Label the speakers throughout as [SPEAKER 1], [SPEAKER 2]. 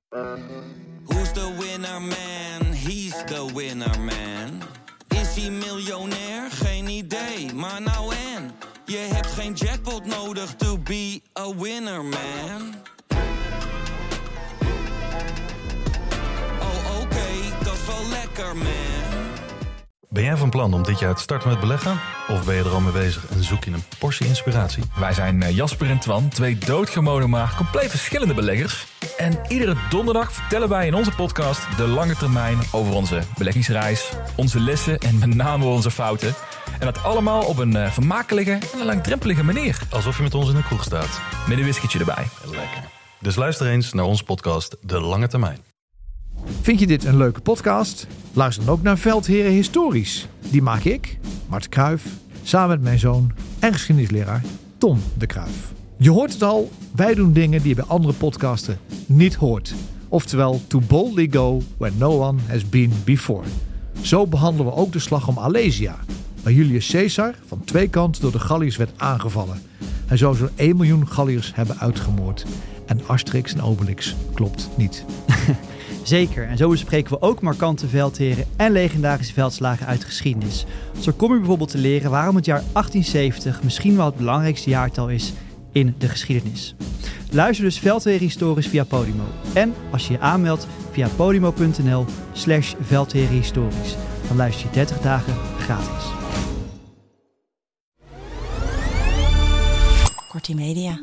[SPEAKER 1] Who's the winner man? He's the winner man. Is hij miljonair? Geen idee, maar nou en. Je hebt geen jackpot nodig to be a winner man. Oh oké, dat is wel lekker man.
[SPEAKER 2] Ben jij van plan om dit jaar te starten met beleggen? Of ben je er al mee bezig en zoek je een portie inspiratie?
[SPEAKER 3] Wij zijn Jasper en Twan, twee doodgewone maar compleet verschillende beleggers. En iedere donderdag vertellen wij in onze podcast de lange termijn over onze beleggingsreis, onze lessen en met name onze fouten. En dat allemaal op een vermakelijke en een langdrempelige manier.
[SPEAKER 2] Alsof je met ons in de kroeg staat.
[SPEAKER 3] Met een whiskytje erbij.
[SPEAKER 2] Lekker. Dus luister eens naar onze podcast De Lange Termijn.
[SPEAKER 4] Vind je dit een leuke podcast? Luister dan ook naar Veldheren Historisch. Die maak ik, Mart Kruijf, samen met mijn zoon en geschiedenisleraar Tom de Kruijf. Je hoort het al, wij doen dingen die je bij andere podcasten niet hoort. Oftewel, to boldly go where no one has been before. Zo behandelen we ook de slag om Alesia, waar Julius Caesar van twee kanten door de Galliërs werd aangevallen. Hij zou zo'n 1 miljoen Galliërs hebben uitgemoord. En Asterix en Obelix klopt niet.
[SPEAKER 5] Zeker, en zo bespreken we ook markante veldheren en legendarische veldslagen uit de geschiedenis. Zo kom je bijvoorbeeld te leren waarom het jaar 1870 misschien wel het belangrijkste jaartal is in de geschiedenis. Luister dus Veldheren Historisch via Podimo. En als je je aanmeldt via podimo.nl/veldherenhistorisch. Dan luister je 30 dagen gratis.
[SPEAKER 6] Kortie Media.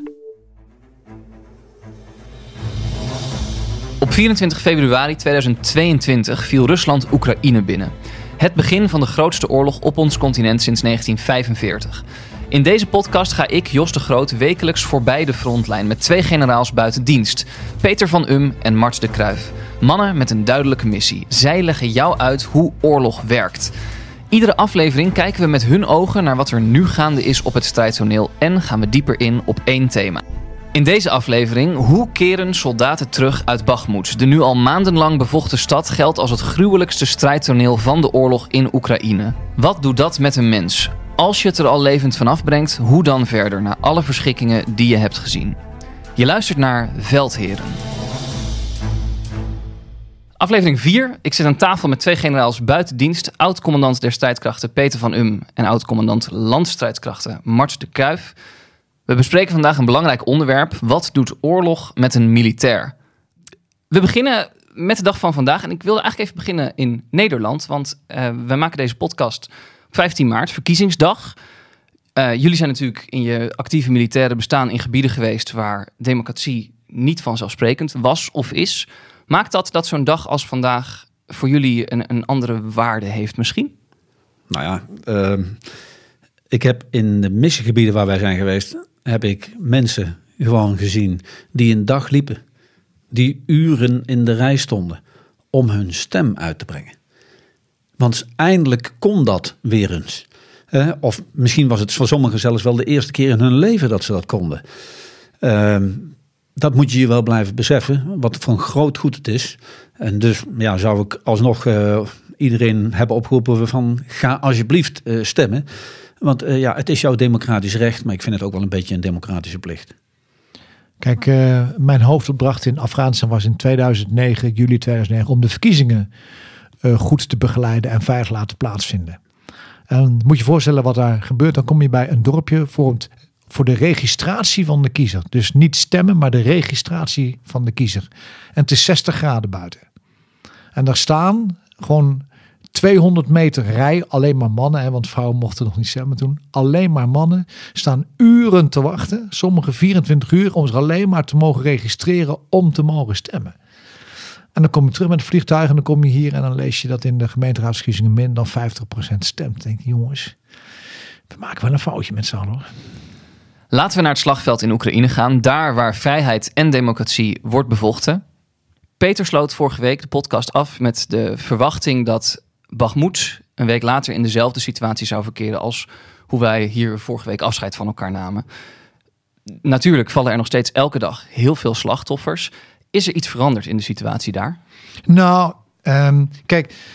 [SPEAKER 7] Op 24 februari 2022 viel Rusland Oekraïne binnen. Het begin van de grootste oorlog op ons continent sinds 1945. In deze podcast ga ik, Jos de Groot, wekelijks voorbij de frontlijn met 2 generaals buiten dienst. Peter van Um en Mart de Kruijf. Mannen met een duidelijke missie. Zij leggen jou uit hoe oorlog werkt. Iedere aflevering kijken we met hun ogen naar wat er nu gaande is op het strijdtoneel en gaan we dieper in op 1 thema. In deze aflevering, hoe keren soldaten terug uit Bakhmut? De nu al maandenlang bevochten stad geldt als het gruwelijkste strijdtoneel van de oorlog in Oekraïne. Wat doet dat met een mens? Als je het er al levend vanaf brengt, hoe dan verder na alle verschrikkingen die je hebt gezien? Je luistert naar Veldheren. Aflevering 4. Ik zit aan tafel met 2 generaals buiten dienst. Oud-commandant der strijdkrachten Peter van Um en oud-commandant landstrijdkrachten Mart de Kruijf. We bespreken vandaag een belangrijk onderwerp. Wat doet oorlog met een militair? We beginnen met de dag van vandaag. En ik wilde eigenlijk even beginnen in Nederland. Want we maken deze podcast op 15 maart, verkiezingsdag. Jullie zijn natuurlijk in je actieve militaire bestaan in gebieden geweest waar democratie niet vanzelfsprekend was of is. Maakt dat zo'n dag als vandaag voor jullie een andere waarde heeft misschien?
[SPEAKER 8] Nou ja, ik heb in de missiegebieden waar wij zijn geweest, heb ik mensen gewoon gezien die een dag liepen. Die uren in de rij stonden om hun stem uit te brengen. Want eindelijk kon dat weer eens. Of misschien was het voor sommigen zelfs wel de eerste keer in hun leven dat ze dat konden. Dat moet je je wel blijven beseffen, wat voor een groot goed het is. En dus ja, zou ik alsnog iedereen hebben opgeroepen van ga alsjeblieft stemmen. Want het is jouw democratisch recht, maar ik vind het ook wel een beetje een democratische plicht.
[SPEAKER 4] Kijk, mijn hoofdopdracht in Afghanistan was in 2009, juli 2009, om de verkiezingen goed te begeleiden en veilig laten plaatsvinden. En moet je voorstellen wat daar gebeurt. Dan kom je bij een dorpje voor de registratie van de kiezer. Dus niet stemmen, maar de registratie van de kiezer. En het is 60 graden buiten. En daar staan gewoon 200 meter rij, alleen maar mannen, hè, want vrouwen mochten nog niet stemmen toen. Alleen maar mannen staan uren te wachten, sommigen 24 uur, om zich alleen maar te mogen registreren om te mogen stemmen. En dan kom je terug met het vliegtuig en dan kom je hier en dan lees je dat in de gemeenteraadsverkiezingen min dan 50% stemt. Dan denk je, jongens, we maken wel een foutje met z'n allen hoor.
[SPEAKER 7] Laten we naar het slagveld in Oekraïne gaan, daar waar vrijheid en democratie wordt bevochten. Peter sloot vorige week de podcast af met de verwachting dat Bakhmut een week later in dezelfde situatie zou verkeren als hoe wij hier vorige week afscheid van elkaar namen. Natuurlijk vallen er nog steeds elke dag heel veel slachtoffers. Is er iets veranderd in de situatie daar?
[SPEAKER 4] Nou, kijk,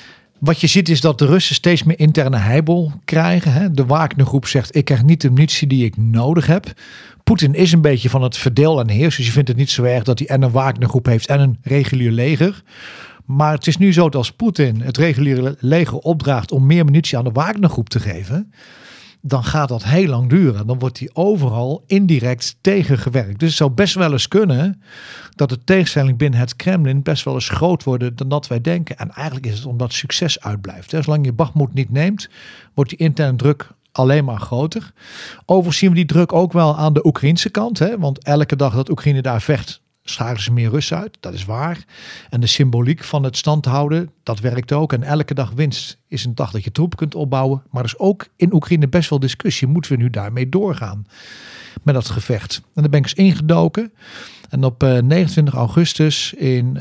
[SPEAKER 4] Wat je ziet is dat de Russen steeds meer interne heibel krijgen. Hè. De Wagner-groep zegt, ik krijg niet de munitie die ik nodig heb. Poetin is een beetje van het verdeel en heers. Dus je vindt het niet zo erg dat hij en een Wagner-groep heeft en een regulier leger. Maar het is nu zo dat als Poetin het reguliere leger opdraagt om meer munitie aan de Wagner-groep te geven, dan gaat dat heel lang duren. Dan wordt hij overal indirect tegengewerkt. Dus het zou best wel eens kunnen dat de tegenstelling binnen het Kremlin best wel eens groot wordt dan dat wij denken. En eigenlijk is het omdat succes uitblijft. Zolang je Bakhmut niet neemt, wordt die interne druk alleen maar groter. Overigens zien we die druk ook wel aan de Oekraïnse kant. Want elke dag dat Oekraïne daar vecht, schakelen ze meer Russen uit. Dat is waar. En de symboliek van het stand houden, dat werkt ook. En elke dag winst is een dag dat je troepen kunt opbouwen. Maar er is ook in Oekraïne best wel discussie. Moeten we nu daarmee doorgaan met dat gevecht? En daar ben ik eens ingedoken. En op 29 augustus in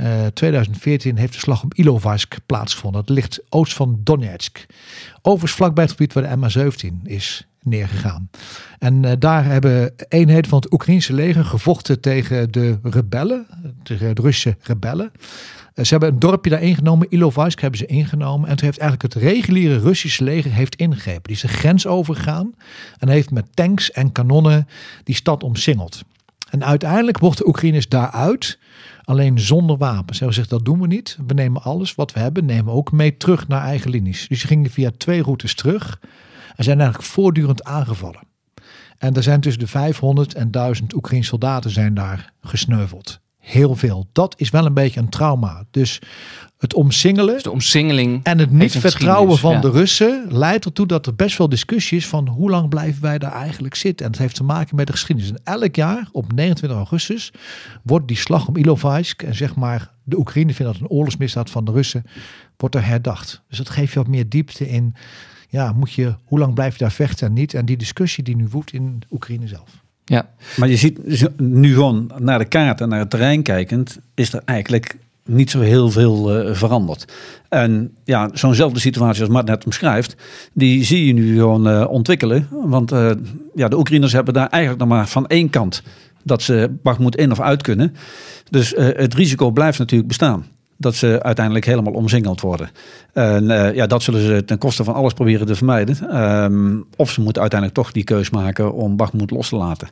[SPEAKER 4] 2014 heeft de slag om Ilovaisk plaatsgevonden. Dat ligt oost van Donetsk. Overigens vlakbij het gebied waar de MH17 is neergegaan. En daar hebben eenheden van het Oekraïense leger gevochten tegen de rebellen, tegen de Russische rebellen. Ze hebben een dorpje daar ingenomen, Ilovaisk hebben ze ingenomen. En toen heeft eigenlijk het reguliere Russische leger heeft ingegrepen. Die is de grens overgegaan en heeft met tanks en kanonnen die stad omsingeld. En uiteindelijk mochten de Oekraïners daaruit, alleen zonder wapens. Ze hebben gezegd, dat doen we niet. We nemen alles wat we hebben, nemen we ook mee terug naar eigen linies. Dus ze gingen via 2 routes terug en zijn eigenlijk voortdurend aangevallen. En er zijn tussen de 500 en 1000 Oekraïnse soldaten zijn daar gesneuveld. Heel veel. Dat is wel een beetje een trauma. Dus het omsingelen
[SPEAKER 7] Dus de omsingeling
[SPEAKER 4] en het niet
[SPEAKER 7] heeft een
[SPEAKER 4] vertrouwen van
[SPEAKER 7] geschiedenis,
[SPEAKER 4] de Russen leidt ertoe dat er best wel discussie is van hoe lang blijven wij daar eigenlijk zitten. En het heeft te maken met de geschiedenis. En elk jaar op 29 augustus wordt die slag om Ilovaisk en zeg maar de Oekraïne vindt dat een oorlogsmisdaad van de Russen, wordt er herdacht. Dus dat geeft je wat meer diepte in. Ja, hoe lang blijf je daar vechten en niet? En die discussie die nu woedt in Oekraïne zelf.
[SPEAKER 7] Ja.
[SPEAKER 8] Maar je ziet nu gewoon naar de kaart en naar het terrein kijkend, is er eigenlijk niet zo heel veel veranderd. En ja, zo'nzelfde situatie als Mart net omschrijft, die zie je nu gewoon ontwikkelen. Want de Oekraïners hebben daar eigenlijk nog maar van één kant dat ze Bakhmut in of uit kunnen. Dus het risico blijft natuurlijk bestaan dat ze uiteindelijk helemaal omsingeld worden. En dat zullen ze ten koste van alles proberen te vermijden. Of ze moeten uiteindelijk toch die keus maken om Bakhmut los te laten.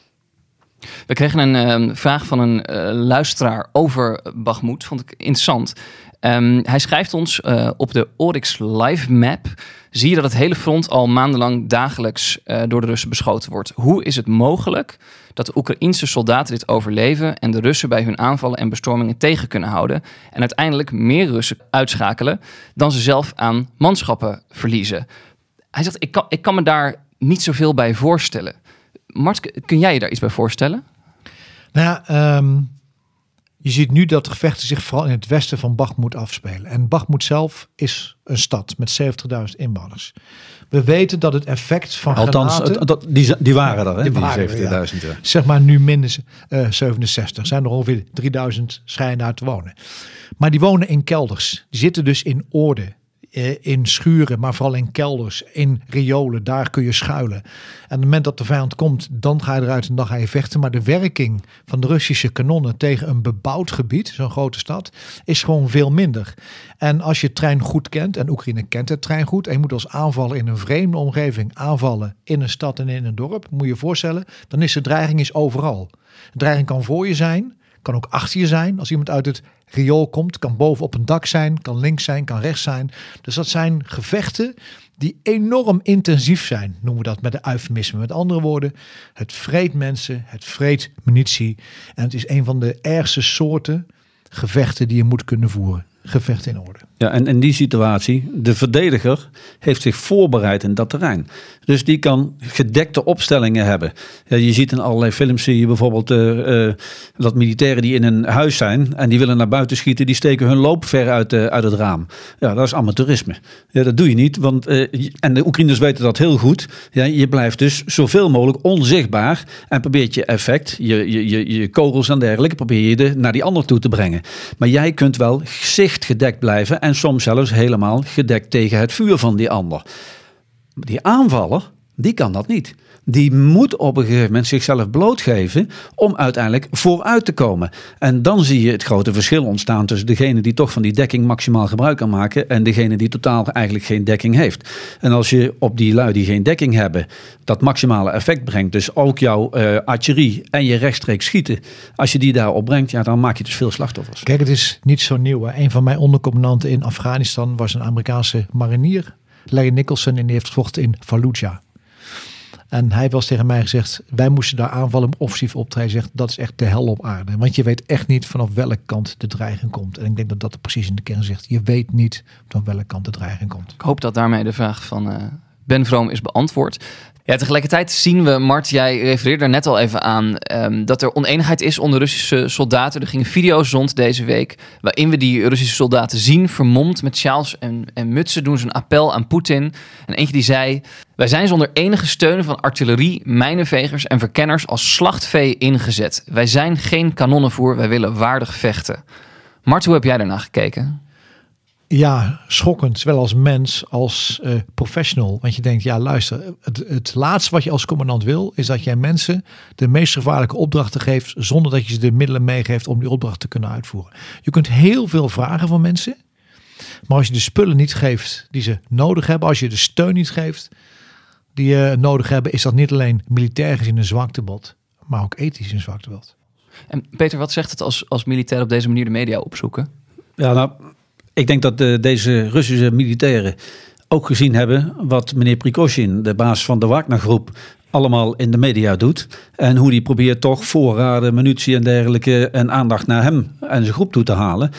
[SPEAKER 7] We kregen een vraag van een luisteraar over Bakhmut. Vond ik interessant. Hij schrijft ons op de Oryx Live Map. Zie je dat het hele front al maandenlang dagelijks door de Russen beschoten wordt. Hoe is het mogelijk dat de Oekraïense soldaten dit overleven en de Russen bij hun aanvallen en bestormingen tegen kunnen houden en uiteindelijk meer Russen uitschakelen dan ze zelf aan manschappen verliezen? Hij zegt, ik kan me daar niet zoveel bij voorstellen. Mart, kun jij je daar iets bij voorstellen?
[SPEAKER 4] Nou ja, je ziet nu dat de gevechten zich vooral in het westen van Bakhmut afspelen. En Bakhmut zelf is een stad met 70.000 inwoners. We weten dat het effect van granaten...
[SPEAKER 8] Die waren er, hè?
[SPEAKER 4] Die
[SPEAKER 8] 70.000. Ja.
[SPEAKER 4] Zeg maar nu minstens 67. Zijn er ongeveer 3000 schijnen daar te wonen. Maar die wonen in kelders. Die zitten dus in oorden. In schuren, maar vooral in kelders, in riolen, daar kun je schuilen. En op het moment dat de vijand komt, dan ga je eruit en dan ga je vechten. Maar de werking van de Russische kanonnen tegen een bebouwd gebied, zo'n grote stad, is gewoon veel minder. En als je het terrein goed kent, en Oekraïne kent het terrein goed, en je moet als aanvaller in een vreemde omgeving aanvallen in een stad en in een dorp, moet je je voorstellen, dan is de dreiging is overal. De dreiging kan voor je zijn, kan ook achter je zijn. Als iemand uit het riool komt, kan boven op een dak zijn, kan links zijn, kan rechts zijn. Dus dat zijn gevechten die enorm intensief zijn, noemen we dat met de eufemisme. Met andere woorden, het vreet mensen, het vreet munitie. En het is een van de ergste soorten gevechten die je moet kunnen voeren. Gevechten in orde.
[SPEAKER 8] Ja, en in die situatie, de verdediger heeft zich voorbereid in dat terrein. Dus die kan gedekte opstellingen hebben. Ja, je ziet in allerlei films, zie je bijvoorbeeld dat militairen die in een huis zijn en die willen naar buiten schieten, die steken hun loopver uit het raam. Ja, dat is amateurisme. Ja, dat doe je niet, want en de Oekraïners weten dat heel goed. Ja, je blijft dus zoveel mogelijk onzichtbaar en probeert je effect, je kogels en dergelijke, probeer je naar die ander toe te brengen. Maar jij kunt wel zichtgedekt blijven en soms zelfs helemaal gedekt tegen het vuur van die ander. Die aanvaller, die kan dat niet. die moet op een gegeven moment zichzelf blootgeven om uiteindelijk vooruit te komen. En dan zie je het grote verschil ontstaan tussen degene die toch van die dekking maximaal gebruik kan maken en degene die totaal eigenlijk geen dekking heeft. En als je op die lui die geen dekking hebben dat maximale effect brengt, dus ook jouw artillerie en je rechtstreeks schieten, als je die daarop brengt, ja, dan maak je dus veel slachtoffers.
[SPEAKER 4] Kijk, het is niet zo nieuw. Hè. Een van mijn ondercommandanten in Afghanistan was een Amerikaanse marinier, Larry Nicholson, en die heeft gevochten in Fallujah. En hij was tegen mij gezegd, wij moesten daar aanvallen offensief optreden. Hij zegt, dat is echt de hel op aarde. Want je weet echt niet vanaf welke kant de dreiging komt. En ik denk dat dat precies in de kern zegt. Je weet niet vanaf welke kant de dreiging komt.
[SPEAKER 7] Ik hoop dat daarmee de vraag van Ben Vroom is beantwoord. Ja, tegelijkertijd zien we, Mart, jij refereerde er net al even aan, dat er oneenigheid is onder Russische soldaten. Er gingen video's rond deze week waarin we die Russische soldaten zien, vermomd met sjaals en mutsen, doen ze een appel aan Poetin. En eentje die zei, wij zijn zonder enige steun van artillerie, mijnenvegers en verkenners als slachtvee ingezet. Wij zijn geen kanonnenvoer, wij willen waardig vechten. Mart, hoe heb jij daarna gekeken?
[SPEAKER 4] Ja, schokkend. Zowel als mens als professional. Want je denkt, ja luister, het laatste wat je als commandant wil, is dat jij mensen de meest gevaarlijke opdrachten geeft, zonder dat je ze de middelen meegeeft om die opdracht te kunnen uitvoeren. Je kunt heel veel vragen van mensen, maar als je de spullen niet geeft die ze nodig hebben, als je de steun niet geeft die je nodig hebben, is dat niet alleen militair gezien een zwaktebod, maar ook ethisch een zwaktebod.
[SPEAKER 7] En Peter, wat zegt het als militair op deze manier de media opzoeken?
[SPEAKER 8] Ja, nou, ik denk dat deze Russische militairen ook gezien hebben wat meneer Prigozhin, de baas van de Wagner-groep, allemaal in de media doet. En hoe die probeert toch voorraden, munitie en dergelijke en aandacht naar hem en zijn groep toe te halen.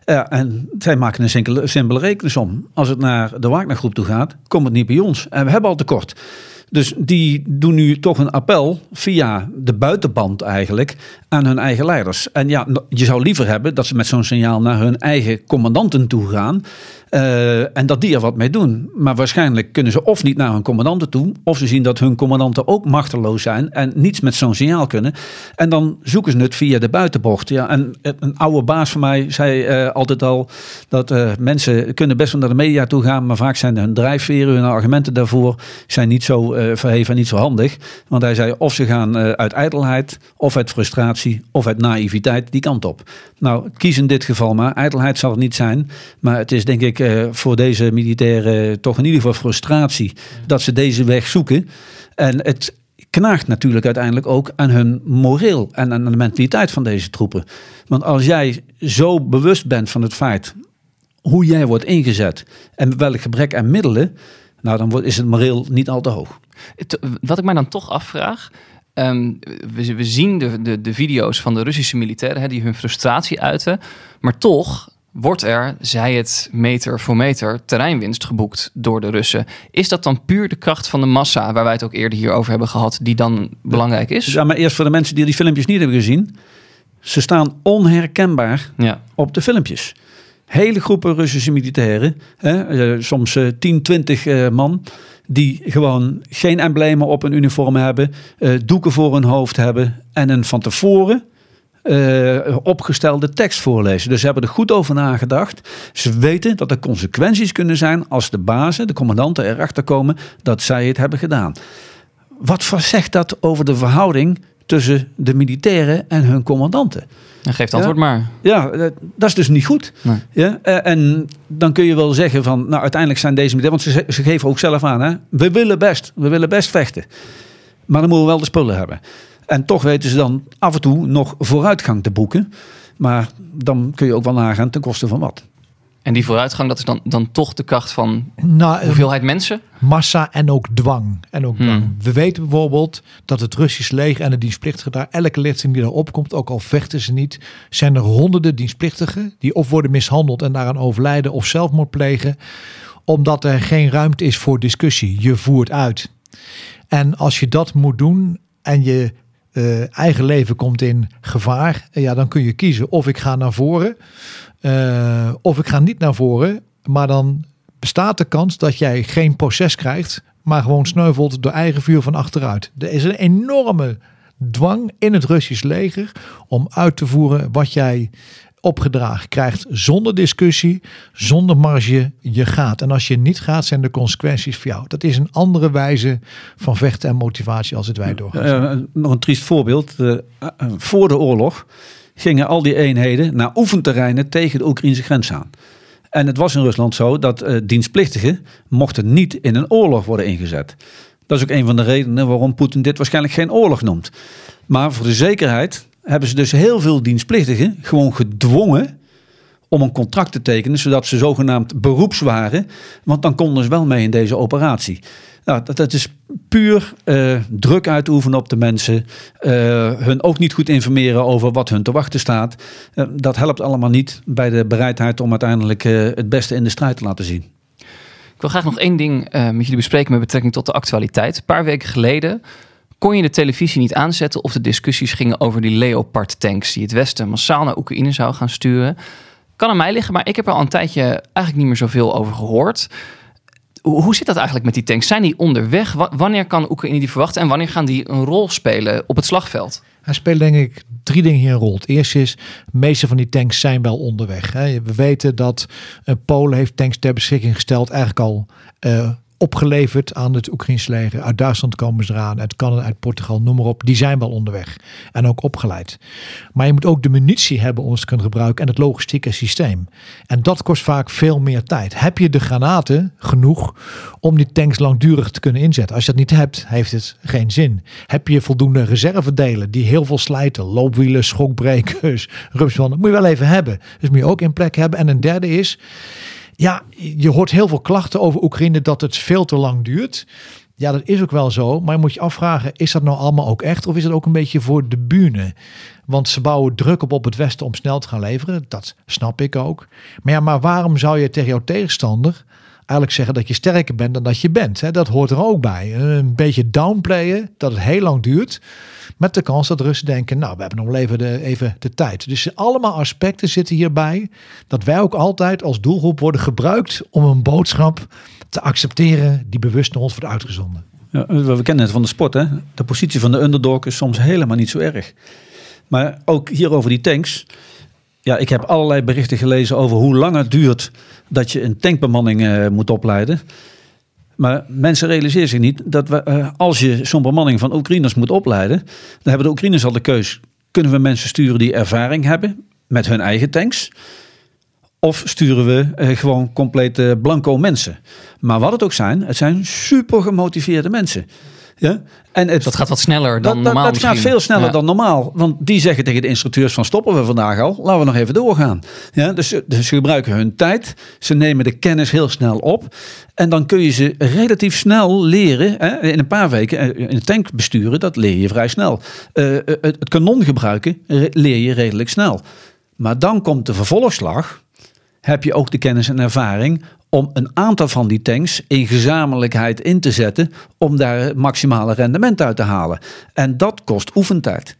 [SPEAKER 8] En zij maken een simpele rekensom. Als het naar de Wagner-groep toe gaat, komt het niet bij ons. En we hebben al tekort. Dus die doen nu toch een appel via de buitenband eigenlijk aan hun eigen leiders. En ja, je zou liever hebben dat ze met zo'n signaal naar hun eigen commandanten toe gaan. En dat die er wat mee doen. Maar waarschijnlijk kunnen ze of niet naar hun commandanten toe, of ze zien dat hun commandanten ook machteloos zijn en niets met zo'n signaal kunnen. En dan zoeken ze het via de buitenbocht. Ja, en een oude baas van mij zei altijd al dat mensen kunnen best wel naar de media toe gaan, maar vaak zijn hun drijfveren, hun argumenten daarvoor zijn niet zo verheven en niet zo handig. Want hij zei of ze gaan uit ijdelheid, of uit frustratie, of uit naïviteit die kant op. Nou, kies in dit geval maar. Ijdelheid zal het niet zijn, maar het is denk ik voor deze militairen toch in ieder geval frustratie dat ze deze weg zoeken. En het knaagt natuurlijk uiteindelijk ook aan hun moreel en aan de mentaliteit van deze troepen. Want als jij zo bewust bent van het feit hoe jij wordt ingezet en welk gebrek aan middelen, nou dan is het moreel niet al te hoog.
[SPEAKER 7] Wat ik mij dan toch afvraag, we zien de video's van de Russische militairen die hun frustratie uiten, maar toch wordt er, zij het meter voor meter, terreinwinst geboekt door de Russen. Is dat dan puur de kracht van de massa, waar wij het ook eerder hier over hebben gehad, die dan belangrijk is?
[SPEAKER 8] Ja, maar eerst voor de mensen die filmpjes niet hebben gezien. Ze staan onherkenbaar op de filmpjes. Hele groepen Russische militairen, soms 10, 20 man, die gewoon geen emblemen op hun uniform hebben, doeken voor hun hoofd hebben en een van tevoren opgestelde tekst voorlezen. Dus ze hebben er goed over nagedacht. Ze weten dat er consequenties kunnen zijn als de bazen, de commandanten erachter komen dat zij het hebben gedaan. Wat zegt dat over de verhouding tussen de militairen en hun commandanten?
[SPEAKER 7] Geef antwoord maar.
[SPEAKER 8] Ja, dat is dus niet goed.
[SPEAKER 7] Nee.
[SPEAKER 8] Ja, en dan kun je wel zeggen van, nou uiteindelijk zijn deze militairen, want ze geven ook zelf aan, hè, we willen best vechten. Maar dan moeten we wel de spullen hebben. En toch weten ze dan af en toe nog vooruitgang te boeken. Maar dan kun je ook wel nagaan ten koste van wat.
[SPEAKER 7] En die vooruitgang, dat is dan toch de kracht van hoeveelheid mensen?
[SPEAKER 4] Massa en ook dwang. We weten bijvoorbeeld dat het Russisch leger en de dienstplichtigen daar, elke lichting die daar opkomt, ook al vechten ze niet, zijn er honderden dienstplichtigen die of worden mishandeld en daaraan overlijden of zelfmoord plegen, omdat er geen ruimte is voor discussie. Je voert uit. En als je dat moet doen en je eigen leven komt in gevaar, ja, dan kun je kiezen of ik ga naar voren of ik ga niet naar voren, maar dan bestaat de kans dat jij geen proces krijgt, maar gewoon sneuvelt door eigen vuur van achteruit. Er is een enorme dwang in het Russisch leger om uit te voeren wat jij opgedragen krijgt zonder discussie, zonder marge, je gaat. En als je niet gaat, zijn de consequenties voor jou. Dat is een andere wijze van vechten en motivatie als het wij doorgaan.
[SPEAKER 8] Nog een triest voorbeeld. Voor de oorlog gingen al die eenheden naar oefenterreinen tegen de Oekraïnse grens aan. En het was in Rusland zo dat dienstplichtigen mochten niet in een oorlog worden ingezet. Dat is ook een van de redenen waarom Poetin dit waarschijnlijk geen oorlog noemt. Maar voor de zekerheid hebben ze dus heel veel dienstplichtigen gewoon gedwongen om een contract te tekenen, zodat ze zogenaamd beroeps waren. Want dan konden ze wel mee in deze operatie. Nou, dat is puur druk uitoefenen op de mensen. Hun ook niet goed informeren over wat hun te wachten staat. Dat helpt allemaal niet bij de bereidheid om uiteindelijk het beste in de strijd te laten zien.
[SPEAKER 7] Ik wil graag nog één ding met jullie bespreken met betrekking tot de actualiteit. Een paar weken geleden kon je de televisie niet aanzetten of de discussies gingen over die Leopard tanks die het Westen massaal naar Oekraïne zou gaan sturen. Kan aan mij liggen, maar ik heb er al een tijdje eigenlijk niet meer zoveel over gehoord. Hoe zit dat eigenlijk met die tanks? Zijn die onderweg? Wanneer kan Oekraïne die verwachten en wanneer gaan die een rol spelen op het slagveld?
[SPEAKER 4] Hij speelt denk ik 3 dingen hier een rol. Het eerste is, de meeste van die tanks zijn wel onderweg. We weten dat Polen heeft tanks ter beschikking gesteld, eigenlijk al opgeleverd aan het Oekraïnse leger. Uit Duitsland komen ze eraan, uit Canada, uit Portugal, noem maar op. Die zijn wel onderweg en ook opgeleid. Maar je moet ook de munitie hebben om ze te kunnen gebruiken en het logistieke systeem. En dat kost vaak veel meer tijd. Heb je de granaten genoeg om die tanks langdurig te kunnen inzetten? Als je dat niet hebt, heeft het geen zin. Heb je voldoende reservedelen die heel veel slijten? Loopwielen, schokbrekers, rupsbanden. Moet je wel even hebben. Dus moet je ook in plek hebben. En een derde is, ja, je hoort heel veel klachten over Oekraïne dat het veel te lang duurt. Ja, dat is ook wel zo. Maar je moet je afvragen, is dat nou allemaal ook echt? Of is het ook een beetje voor de bühne? Want ze bouwen druk op het Westen om snel te gaan leveren. Dat snap ik ook. Maar ja, maar waarom zou je tegen jouw tegenstander eigenlijk zeggen dat je sterker bent dan dat je bent? Dat hoort er ook bij. Een beetje downplayen, dat het heel lang duurt. Met de kans dat Russen denken, nou, we hebben nog even de tijd. Dus allemaal aspecten zitten hierbij. Dat wij ook altijd als doelgroep worden gebruikt om een boodschap te accepteren die bewust naar ons wordt uitgezonden.
[SPEAKER 8] Ja, we kennen het van de sport, hè? De positie van de underdog is soms helemaal niet zo erg. Maar ook hier over die tanks. Ja, ik heb allerlei berichten gelezen over hoe lang het duurt dat je een tankbemanning moet opleiden. Maar mensen realiseren zich niet dat als je zo'n bemanning van Oekraïners moet opleiden, dan hebben de Oekraïners al de keus. Kunnen we mensen sturen die ervaring hebben met hun eigen tanks? Of sturen we gewoon complete blanco mensen? Maar wat het ook zijn, het zijn super gemotiveerde mensen. Ja? En
[SPEAKER 7] dat gaat wat sneller dan normaal.
[SPEAKER 8] Dat gaat veel sneller dan normaal. Want die zeggen tegen de instructeurs van stoppen we vandaag al. Laten we nog even doorgaan. Ja? Dus ze gebruiken hun tijd. Ze nemen de kennis heel snel op. En dan kun je ze relatief snel leren. Hè? In een paar weken in een tank besturen, dat leer je vrij snel. Het kanon gebruiken leer je redelijk snel. Maar dan komt de vervolgslag. Heb je ook de kennis en ervaring om een aantal van die tanks in gezamenlijkheid in te zetten om daar het maximale rendement uit te halen. En dat kost oefentijd.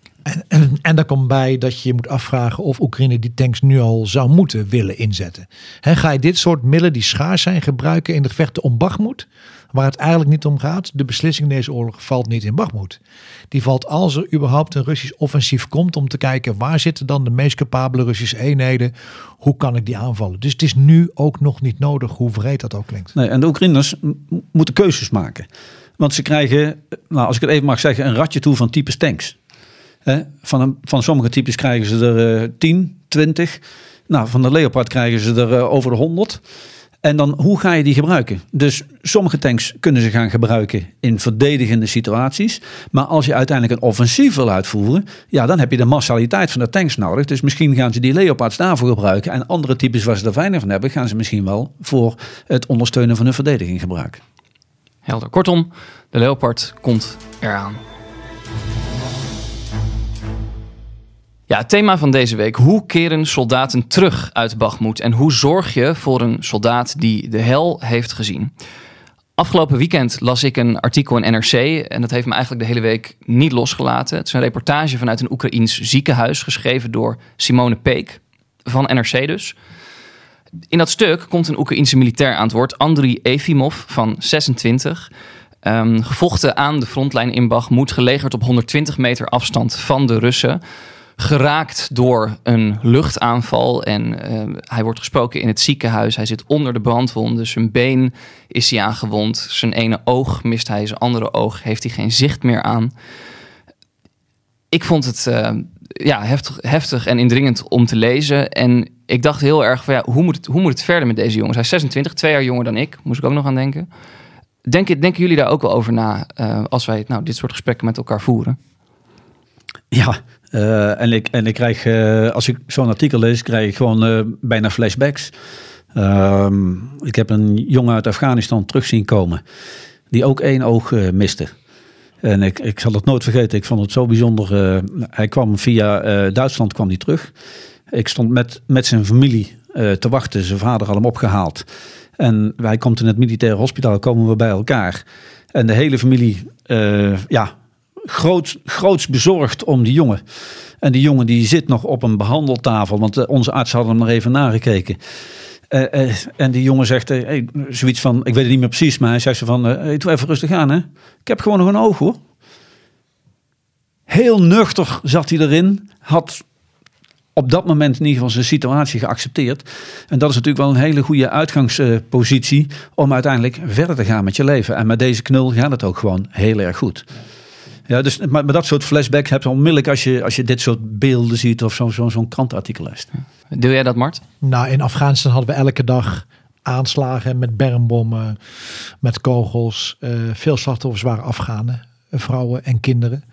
[SPEAKER 4] En daar komt bij dat je je moet afvragen of Oekraïne die tanks nu al zou moeten willen inzetten. Ga je dit soort middelen die schaars zijn gebruiken in de gevechten om Bakhmut, waar het eigenlijk niet om gaat? De beslissing in deze oorlog valt niet in Bakhmut. Die valt als er überhaupt een Russisch offensief komt om te kijken waar zitten dan de meest capabele Russische eenheden. Hoe kan ik die aanvallen? Dus het is nu ook nog niet nodig, hoe vreed dat ook klinkt.
[SPEAKER 8] Nee, en de Oekraïners moeten keuzes maken. Want ze krijgen, nou, als ik het even mag zeggen, een ratje toe van types tanks. Van sommige types krijgen ze er 10, 20. Nou, van de Leopard krijgen ze er over de 100. En dan, hoe ga je die gebruiken? Dus sommige tanks kunnen ze gaan gebruiken in verdedigende situaties. Maar als je uiteindelijk een offensief wil uitvoeren, ja, dan heb je de massaliteit van de tanks nodig. Dus misschien gaan ze die Leopards daarvoor gebruiken. En andere types waar ze er weinig van hebben, gaan ze misschien wel voor het ondersteunen van hun verdediging gebruiken.
[SPEAKER 7] Helder. Kortom, de Leopard komt eraan. Ja, het thema van deze week. Hoe keren soldaten terug uit Bakhmut? En hoe zorg je voor een soldaat die de hel heeft gezien? Afgelopen weekend las ik een artikel in NRC. En dat heeft me eigenlijk de hele week niet losgelaten. Het is een reportage vanuit een Oekraïens ziekenhuis. Geschreven door Simone Peek. Van NRC dus. In dat stuk komt een Oekraïense militair aan het woord. Andriy Efimov van 26. Gevochten aan de frontlijn in Bakhmut. Gelegerd op 120 meter afstand van de Russen. geraakt door een luchtaanval. En hij wordt gesproken in het ziekenhuis. Hij zit onder de brandwonden. Zijn been is hij aangewond. Zijn ene oog mist hij. Zijn andere oog heeft hij geen zicht meer aan. Ik vond het heftig en indringend om te lezen. En ik dacht heel erg van hoe moet het verder met deze jongens? Hij is 26, 2 jaar jonger dan ik. Moest ik ook nog aan denken. Denken jullie daar ook wel over na als wij dit soort gesprekken met elkaar voeren?
[SPEAKER 8] Ja, en ik krijg, als ik zo'n artikel lees, krijg ik gewoon bijna flashbacks. Ik heb een jongen uit Afghanistan terug zien komen, die ook 1 oog miste. En ik zal het nooit vergeten, ik vond het zo bijzonder. Hij kwam via Duitsland kwam hij terug. Ik stond met zijn familie te wachten, zijn vader had hem opgehaald. En hij komt in het militaire hospitaal, komen we bij elkaar. En de hele familie, groots bezorgd om die jongen. En die jongen die zit nog op een behandeltafel, want onze arts had hem nog even nagekeken. En die jongen zegt zoiets van, ik weet het niet meer precies, maar hij zegt zo van, doe even rustig aan, hè. Ik heb gewoon nog een oog, hoor. Heel nuchter zat hij erin, had op dat moment in ieder geval zijn situatie geaccepteerd. En dat is natuurlijk wel een hele goede uitgangspositie om uiteindelijk verder te gaan met je leven. En met deze knul gaat het ook gewoon heel erg goed. Ja, dus, maar dat soort flashbacks heb je onmiddellijk als je dit soort beelden ziet of zo'n krantenartikel leest.
[SPEAKER 7] Deel jij dat, Mart?
[SPEAKER 4] Nou, in Afghanistan hadden we elke dag aanslagen met bermbommen, met kogels. Veel slachtoffers waren Afghanen, vrouwen en kinderen.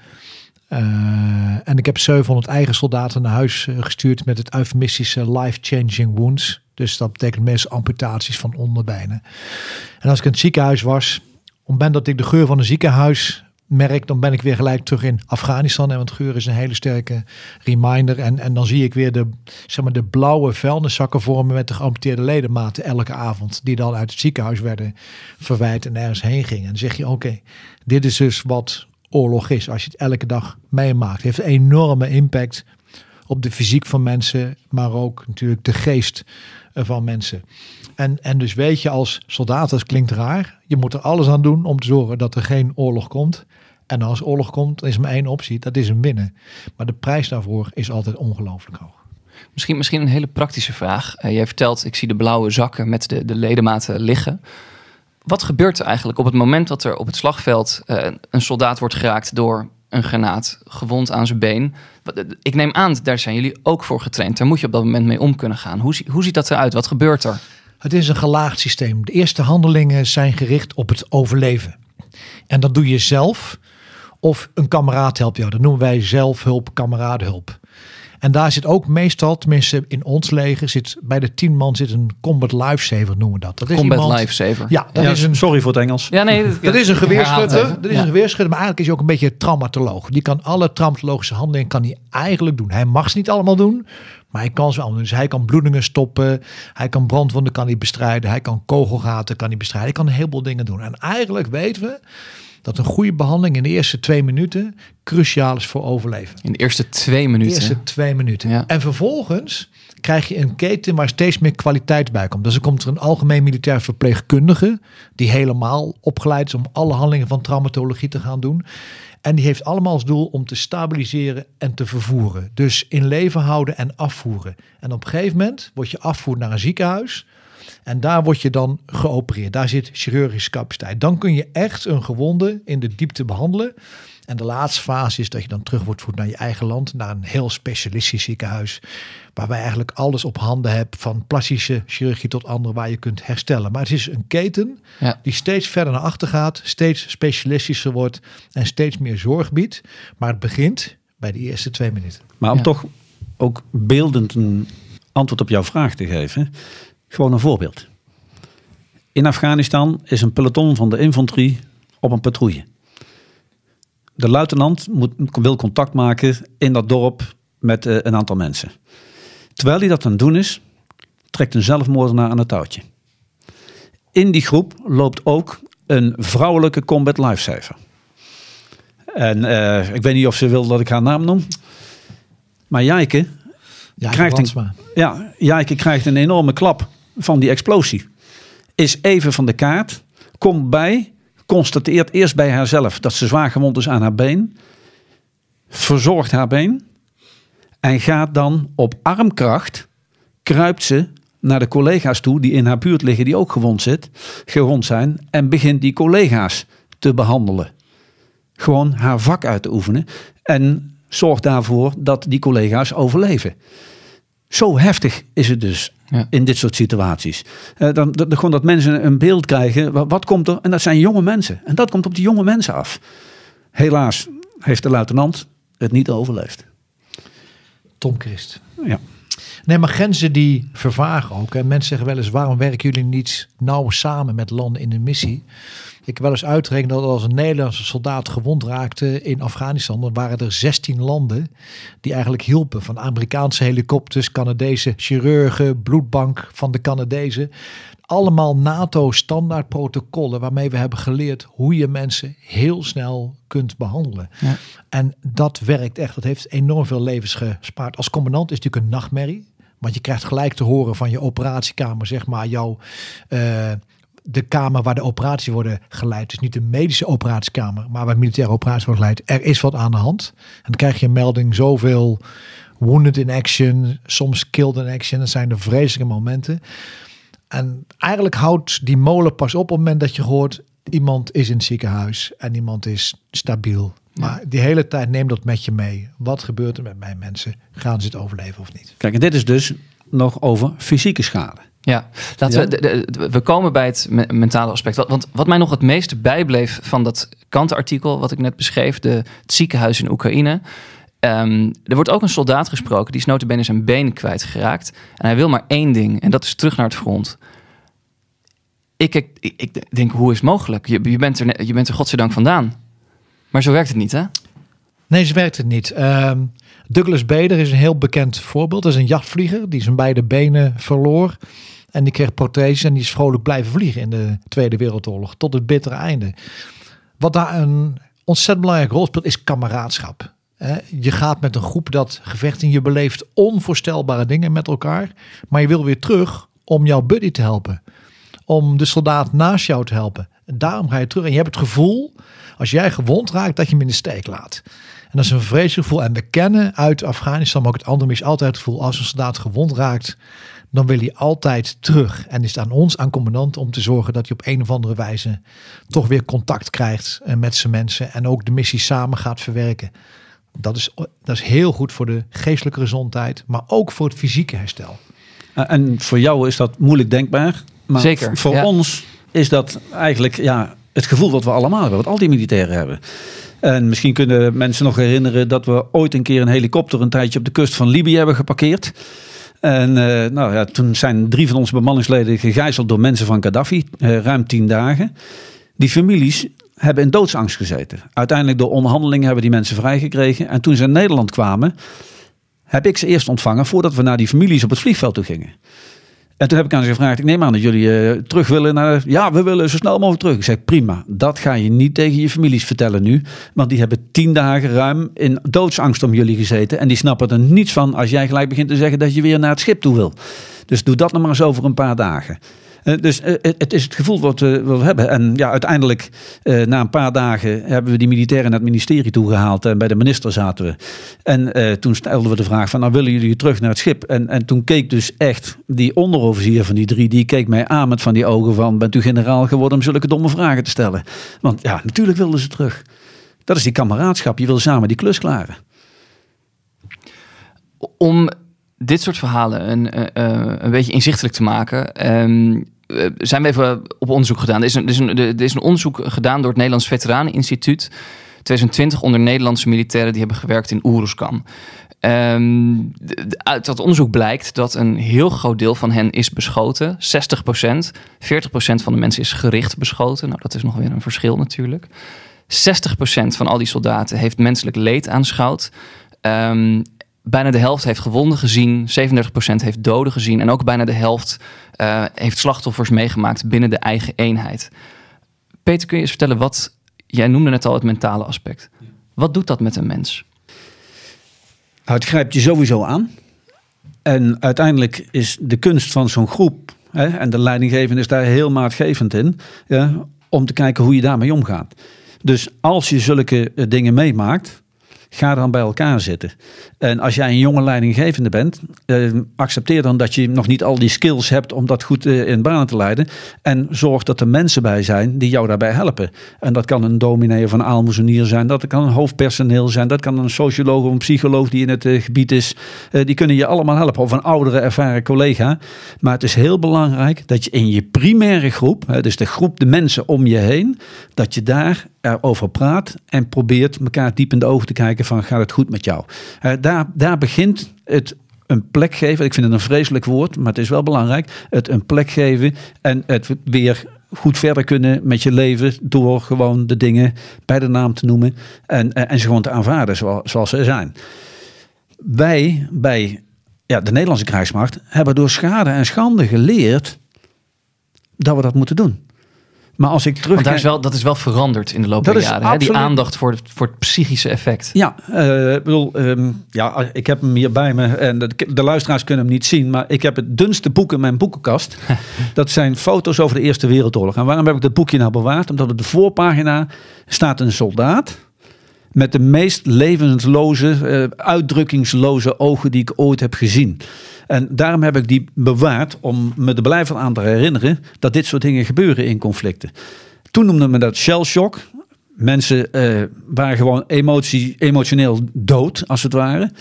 [SPEAKER 4] En ik heb 700 eigen soldaten naar huis gestuurd met het eufemistische life-changing wounds. Dus dat betekent meestal amputaties van onderbenen. En als ik in het ziekenhuis was, op het moment dat ik de geur van een ziekenhuis merk, dan ben ik weer gelijk terug in Afghanistan. Want geur is een hele sterke reminder. En dan zie ik weer de blauwe vuilniszakken vormen met de geamputeerde ledematen elke avond. Die dan uit het ziekenhuis werden verwijderd en ergens heen gingen. En dan zeg je, oké, dit is dus wat oorlog is. Als je het elke dag meemaakt. Het heeft een enorme impact op de fysiek van mensen, maar ook natuurlijk de geest van mensen. En dus weet je als soldaat, dat klinkt raar, je moet er alles aan doen om te zorgen dat er geen oorlog komt. En als oorlog komt, dan is er maar 1 optie, dat is hem winnen. Maar de prijs daarvoor is altijd ongelooflijk hoog.
[SPEAKER 7] Misschien een hele praktische vraag. Jij vertelt, ik zie de blauwe zakken met de ledematen liggen. Wat gebeurt er eigenlijk op het moment dat er op het slagveld een soldaat wordt geraakt door een granaat, gewond aan zijn been? Ik neem aan, daar zijn jullie ook voor getraind. Daar moet je op dat moment mee om kunnen gaan. Hoe ziet dat eruit? Wat gebeurt er?
[SPEAKER 4] Het is een gelaagd systeem. De eerste handelingen zijn gericht op het overleven. En dat doe je zelf of een kameraad helpt jou. Dat noemen wij zelfhulp, kameradenhulp. En daar zit ook meestal, tenminste in ons leger, zit bij de 10 man zit een combat lifesaver, noemen we dat. Dat is
[SPEAKER 7] combat
[SPEAKER 4] iemand,
[SPEAKER 7] lifesaver.
[SPEAKER 4] Ja, dat is een,
[SPEAKER 8] sorry voor het Engels.
[SPEAKER 7] Ja, nee,
[SPEAKER 4] dat is een geweerschutter. Dat is een geweerschutter, maar eigenlijk is hij ook een beetje traumatoloog. Die kan alle traumatologische handelingen kan hij eigenlijk doen. Hij mag ze niet allemaal doen, maar hij kan ze allemaal doen. Dus hij kan bloedingen stoppen, hij kan brandwonden kan hij bestrijden, hij kan kogelgaten kan hij bestrijden. Hij kan een heleboel dingen doen. En eigenlijk weten we dat een goede behandeling in de eerste 2 minuten cruciaal is voor overleven.
[SPEAKER 7] In de eerste 2 minuten?
[SPEAKER 4] De eerste 2 minuten.
[SPEAKER 7] Ja.
[SPEAKER 4] En vervolgens krijg je een keten waar steeds meer kwaliteit bij komt. Dus er komt er een algemeen militair verpleegkundige die helemaal opgeleid is om alle handelingen van traumatologie te gaan doen. En die heeft allemaal als doel om te stabiliseren en te vervoeren. Dus in leven houden en afvoeren. En op een gegeven moment word je afgevoerd naar een ziekenhuis. En daar word je dan geopereerd. Daar zit chirurgische capaciteit. Dan kun je echt een gewonde in de diepte behandelen. En de laatste fase is dat je dan terug wordt voerd naar je eigen land. Naar een heel specialistisch ziekenhuis. Waar wij eigenlijk alles op handen hebben. Van plastische chirurgie tot andere waar je kunt herstellen. Maar het is een keten die steeds verder naar achter gaat. Steeds specialistischer wordt. En steeds meer zorg biedt. Maar het begint bij de eerste 2 minuten.
[SPEAKER 8] Maar om toch ook beeldend een antwoord op jouw vraag te geven. Gewoon een voorbeeld. In Afghanistan is een peloton van de infanterie op een patrouille. De luitenant wil contact maken in dat dorp met een aantal mensen. Terwijl hij dat aan het doen is, trekt een zelfmoordenaar aan het touwtje. In die groep loopt ook een vrouwelijke combat lifesaver. En ik weet niet of ze wil dat ik haar naam noem. Maar Jijke krijgt een enorme klap van die explosie. Is even van de kaart. Komt bij. Constateert eerst bij haarzelf dat ze zwaar gewond is aan haar been. Verzorgt haar been. En gaat dan op armkracht, kruipt ze naar de collega's toe die in haar buurt liggen, die ook gewond zijn. En begint die collega's te behandelen. Gewoon haar vak uit te oefenen. En zorgt daarvoor dat die collega's overleven. Zo heftig is het dus in dit soort situaties. Gewoon dat mensen een beeld krijgen. Wat komt er? En dat zijn jonge mensen. En dat komt op die jonge mensen af. Helaas heeft de luitenant het niet overleefd.
[SPEAKER 4] Tom Christ.
[SPEAKER 8] Ja.
[SPEAKER 4] Nee, maar grenzen die vervagen ook. En mensen zeggen wel eens, waarom werken jullie niet nauw samen met landen in de missie? Ik heb wel eens uitgerekend dat als een Nederlandse soldaat gewond raakte in Afghanistan, dan waren er 16 landen die eigenlijk hielpen. Van Amerikaanse helikopters, Canadese chirurgen, bloedbank van de Canadezen. Allemaal NATO-standaard protocollen waarmee we hebben geleerd hoe je mensen heel snel kunt behandelen. Ja. En dat werkt echt. Dat heeft enorm veel levens gespaard. Als commandant is het natuurlijk een nachtmerrie. Want je krijgt gelijk te horen van je operatiekamer, zeg maar, de kamer waar de operaties worden geleid. Dus niet de medische operatiekamer, maar waar militaire operaties worden geleid. Er is wat aan de hand. En dan krijg je een melding, zoveel wounded in action, soms killed in action. Dat zijn de vreselijke momenten. En eigenlijk houdt die molen pas op het moment dat je hoort, iemand is in het ziekenhuis en iemand is stabiel. Maar die hele tijd neem dat met je mee. Wat gebeurt er met mijn mensen? Gaan ze het overleven of niet?
[SPEAKER 8] Kijk, en dit is dus nog over fysieke schade.
[SPEAKER 7] Ja, we komen bij het mentale aspect. Want wat mij nog het meeste bijbleef van dat Kant-artikel wat ik net beschreef, het ziekenhuis in Oekraïne. Er wordt ook een soldaat gesproken, die is nota bene zijn benen kwijtgeraakt. En hij wil maar één ding, en dat is terug naar het front. Ik denk, hoe is het mogelijk? Je bent er godzijdank vandaan. Maar zo werkt het niet, hè?
[SPEAKER 4] Nee, zo werkt het niet. Douglas Bader is een heel bekend voorbeeld. Dat is een jachtvlieger die zijn beide benen verloor. En die kreeg protheses en die is vrolijk blijven vliegen in de Tweede Wereldoorlog. Tot het bittere einde. Wat daar een ontzettend belangrijke rol speelt is kameraadschap. Je gaat met een groep dat gevecht in, je beleeft onvoorstelbare dingen met elkaar. Maar je wil weer terug om jouw buddy te helpen. Om de soldaat naast jou te helpen. En daarom ga je terug. En je hebt het gevoel, als jij gewond raakt, dat je hem in de steek laat. En dat is een vreselijk gevoel. En we kennen uit Afghanistan, maar ook het andere is altijd het gevoel, als een soldaat gewond raakt, dan wil hij altijd terug. En is het aan ons, aan commandant, om te zorgen dat hij op een of andere wijze toch weer contact krijgt met zijn mensen. En ook de missie samen gaat verwerken. Dat is heel goed voor de geestelijke gezondheid, maar ook voor het fysieke herstel.
[SPEAKER 8] En voor jou is dat moeilijk denkbaar. Maar
[SPEAKER 7] zeker.
[SPEAKER 8] Voor ons is dat eigenlijk het gevoel wat we allemaal hebben, wat al die militairen hebben. En misschien kunnen mensen nog herinneren dat we ooit een keer een helikopter een tijdje op de kust van Libië hebben geparkeerd. En toen zijn 3 van onze bemanningsleden gegijzeld door mensen van Gaddafi, ruim 10 dagen. Die families hebben in doodsangst gezeten. Uiteindelijk door onderhandelingen hebben die mensen vrijgekregen. En toen ze in Nederland kwamen, heb ik ze eerst ontvangen voordat we naar die families op het vliegveld toe gingen. En toen heb ik aan ze gevraagd, ik neem aan dat jullie terug willen naar... Ja, we willen zo snel mogelijk terug. Ik zeg, prima, dat ga je niet tegen je families vertellen nu. Want die hebben 10 dagen ruim in doodsangst om jullie gezeten. En die snappen er niets van als jij gelijk begint te zeggen dat je weer naar het schip toe wil. Dus doe dat nog maar eens over een paar dagen. Dus het is het gevoel wat we hebben. En ja, uiteindelijk, na een paar dagen, hebben we die militairen naar het ministerie toegehaald. En bij de minister zaten we. En toen stelden we de vraag van, nou willen jullie terug naar het schip? En toen keek dus echt die onderofficier van die 3, die keek mij aan met van die ogen van, bent u generaal geworden om zulke domme vragen te stellen? Want ja, natuurlijk wilden ze terug. Dat is die kameraadschap. Je wil samen die klus klaren.
[SPEAKER 7] Om dit soort verhalen een beetje inzichtelijk te maken, zijn we even op onderzoek gedaan. Er is een onderzoek gedaan door het Nederlands Veteraneninstituut 2020 onder Nederlandse militairen die hebben gewerkt in Oeruzkan. Uit dat onderzoek blijkt dat een heel groot deel van hen is beschoten. 60%. 40% van de mensen is gericht beschoten. Nou, dat is nog weer een verschil natuurlijk. 60% van al die soldaten heeft menselijk leed aanschouwd. Bijna de helft heeft gewonden gezien. 37% heeft doden gezien. En ook bijna de helft heeft slachtoffers meegemaakt binnen de eigen eenheid. Peter, kun je eens vertellen jij noemde net al het mentale aspect. Wat doet dat met een mens?
[SPEAKER 8] Het grijpt je sowieso aan. En uiteindelijk is de kunst van zo'n groep, en de leidinggevende is daar heel maatgevend in, om te kijken hoe je daarmee omgaat. Dus als je zulke dingen meemaakt, Ga dan bij elkaar zitten. En als jij een jonge leidinggevende bent, accepteer dan dat je nog niet al die skills hebt om dat goed in banen te leiden. En zorg dat er mensen bij zijn die jou daarbij helpen. En dat kan een dominee of een aalmoezenier zijn. Dat kan een hoofdpersoneel zijn. Dat kan een socioloog of een psycholoog die in het gebied is. Die kunnen je allemaal helpen. Of een oudere ervaren collega. Maar het is heel belangrijk dat je in je primaire groep, dus de groep de mensen om je heen, dat je daar erover praat en probeert elkaar diep in de ogen te kijken van gaat het goed met jou. Daar begint het een plek geven. Ik vind het een vreselijk woord, maar het is wel belangrijk. Het een plek geven en het weer goed verder kunnen met je leven door gewoon de dingen bij de naam te noemen en ze gewoon te aanvaarden zoals ze zijn. Wij bij de Nederlandse krijgsmacht hebben door schade en schande geleerd dat we dat moeten doen. Maar als ik terug...
[SPEAKER 7] Want dat is wel veranderd in de loop der jaren. Hè? Die aandacht voor het psychische effect.
[SPEAKER 8] Ja, ik heb hem hier bij me. En de luisteraars kunnen hem niet zien. Maar ik heb het dunste boek in mijn boekenkast. Dat zijn foto's over de Eerste Wereldoorlog. En waarom heb ik dat boekje nou bewaard? Omdat op de voorpagina staat een soldaat met de meest levensloze, uitdrukkingsloze ogen die ik ooit heb gezien. En daarom heb ik die bewaard om me er blijven aan te herinneren dat dit soort dingen gebeuren in conflicten. Toen noemde men dat shell shock. Mensen waren gewoon emotioneel dood, als het ware.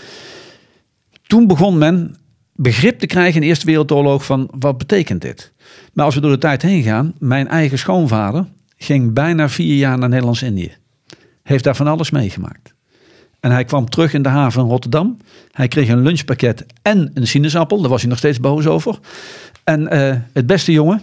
[SPEAKER 8] Toen begon men begrip te krijgen in de Eerste Wereldoorlog van wat betekent dit? Maar als we door de tijd heen gaan, mijn eigen schoonvader ging bijna 4 jaar naar Nederlands-Indië. Heeft daar van alles meegemaakt. En hij kwam terug in de haven van Rotterdam. Hij kreeg een lunchpakket en een sinaasappel. Daar was hij nog steeds boos over. En het beste jongen.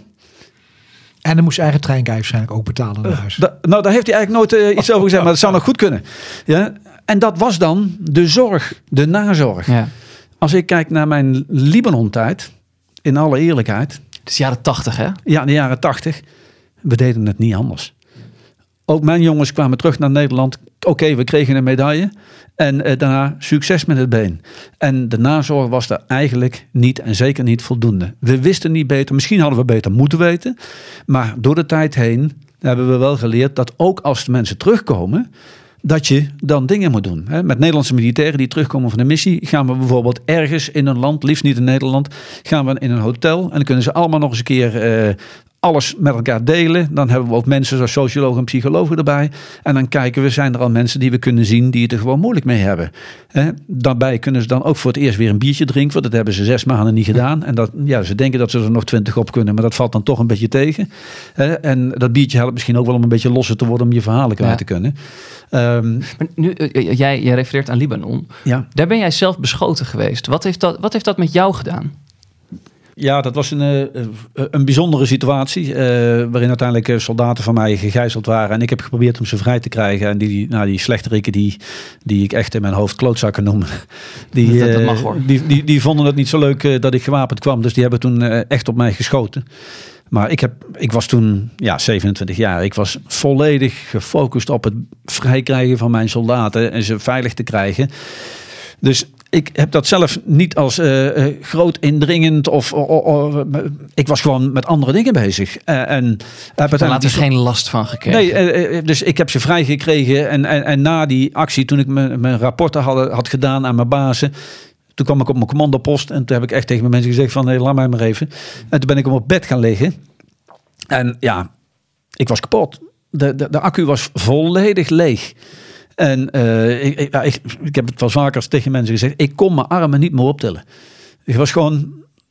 [SPEAKER 4] En dan moest zijn eigen treinkaart waarschijnlijk ook betalen naar huis.
[SPEAKER 8] Daar heeft hij eigenlijk nooit iets over gezegd. Maar dat zou nog goed kunnen. Ja? En dat was dan de zorg. De nazorg. Ja. Als ik kijk naar mijn Libanon-tijd. In alle eerlijkheid.
[SPEAKER 7] Het is jaren 80 hè?
[SPEAKER 8] Ja, in de jaren 80. We deden het niet anders. Ook mijn jongens kwamen terug naar Nederland. Oké, we kregen een medaille. En daarna succes met het been. En de nazorg was er eigenlijk niet en zeker niet voldoende. We wisten niet beter. Misschien hadden we beter moeten weten. Maar door de tijd heen hebben we wel geleerd dat ook als de mensen terugkomen, dat je dan dingen moet doen. Met Nederlandse militairen die terugkomen van een missie, gaan we bijvoorbeeld ergens in een land, liefst niet in Nederland, gaan we in een hotel en dan kunnen ze allemaal nog eens een keer alles met elkaar delen. Dan hebben we ook mensen zoals sociologen en psychologen erbij. En dan kijken we, zijn er al mensen die we kunnen zien die het er gewoon moeilijk mee hebben. Daarbij kunnen ze dan ook voor het eerst weer een biertje drinken. Want dat hebben ze 6 maanden niet gedaan. En ze denken dat ze er nog 20 op kunnen. Maar dat valt dan toch een beetje tegen. En dat biertje helpt misschien ook wel om een beetje losser te worden om je verhalen kwijt te kunnen.
[SPEAKER 7] Maar nu, jij refereert aan Libanon.
[SPEAKER 8] Ja.
[SPEAKER 7] Daar ben jij zelf beschoten geweest. Wat heeft dat met jou gedaan?
[SPEAKER 8] Ja, dat was een bijzondere situatie. Waarin uiteindelijk soldaten van mij gegijzeld waren. En ik heb geprobeerd om ze vrij te krijgen. En die slechterikken die ik echt in mijn hoofd klootzakken noem.
[SPEAKER 7] Dat mag hoor.
[SPEAKER 8] Die vonden het niet zo leuk dat ik gewapend kwam. Dus die hebben toen echt op mij geschoten. Maar ik was toen 27 jaar. Ik was volledig gefocust op het vrijkrijgen van mijn soldaten. En ze veilig te krijgen. Dus ik heb dat zelf niet als groot indringend of ik was gewoon met andere dingen bezig. En heb
[SPEAKER 7] daar later geen last van gekregen.
[SPEAKER 8] Nee, dus ik heb ze vrijgekregen en na die actie, toen ik mijn rapporten had gedaan aan mijn bazen, toen kwam ik op mijn commandopost en toen heb ik echt tegen mijn mensen gezegd van nee, laat mij maar even. En toen ben ik op bed gaan liggen. En ja, ik was kapot. De accu was volledig leeg. En ik heb het wel vaker tegen mensen gezegd. Ik kon mijn armen niet meer optillen. Het was gewoon...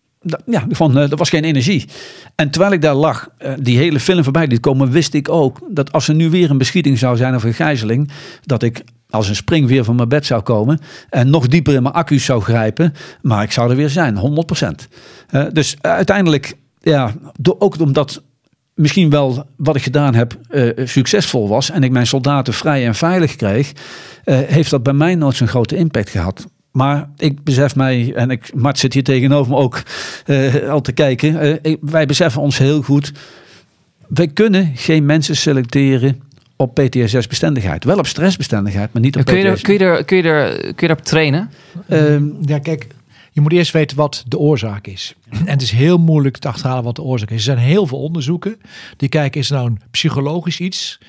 [SPEAKER 8] er was geen energie. En terwijl ik daar lag, die hele film voorbij liet komen, wist ik ook dat als er nu weer een beschieting zou zijn of een gijzeling, dat ik als een springveer van mijn bed zou komen en nog dieper in mijn accu's zou grijpen. Maar ik zou er weer zijn, 100%. Dus uiteindelijk, ook omdat misschien wel wat ik gedaan heb succesvol was en ik mijn soldaten vrij en veilig kreeg, heeft dat bij mij nooit zo'n grote impact gehad. Maar ik besef mij, en Mart zit hier tegenover me ook al te kijken. Wij beseffen ons heel goed. Wij kunnen geen mensen selecteren op PTSS-bestendigheid. Wel op stressbestendigheid, maar niet op PTSS.
[SPEAKER 7] Kun je daarop trainen?
[SPEAKER 4] Kijk, je moet eerst weten wat de oorzaak is. En het is heel moeilijk te achterhalen wat de oorzaak is. Er zijn heel veel onderzoeken die kijken, is er nou een psychologisch iets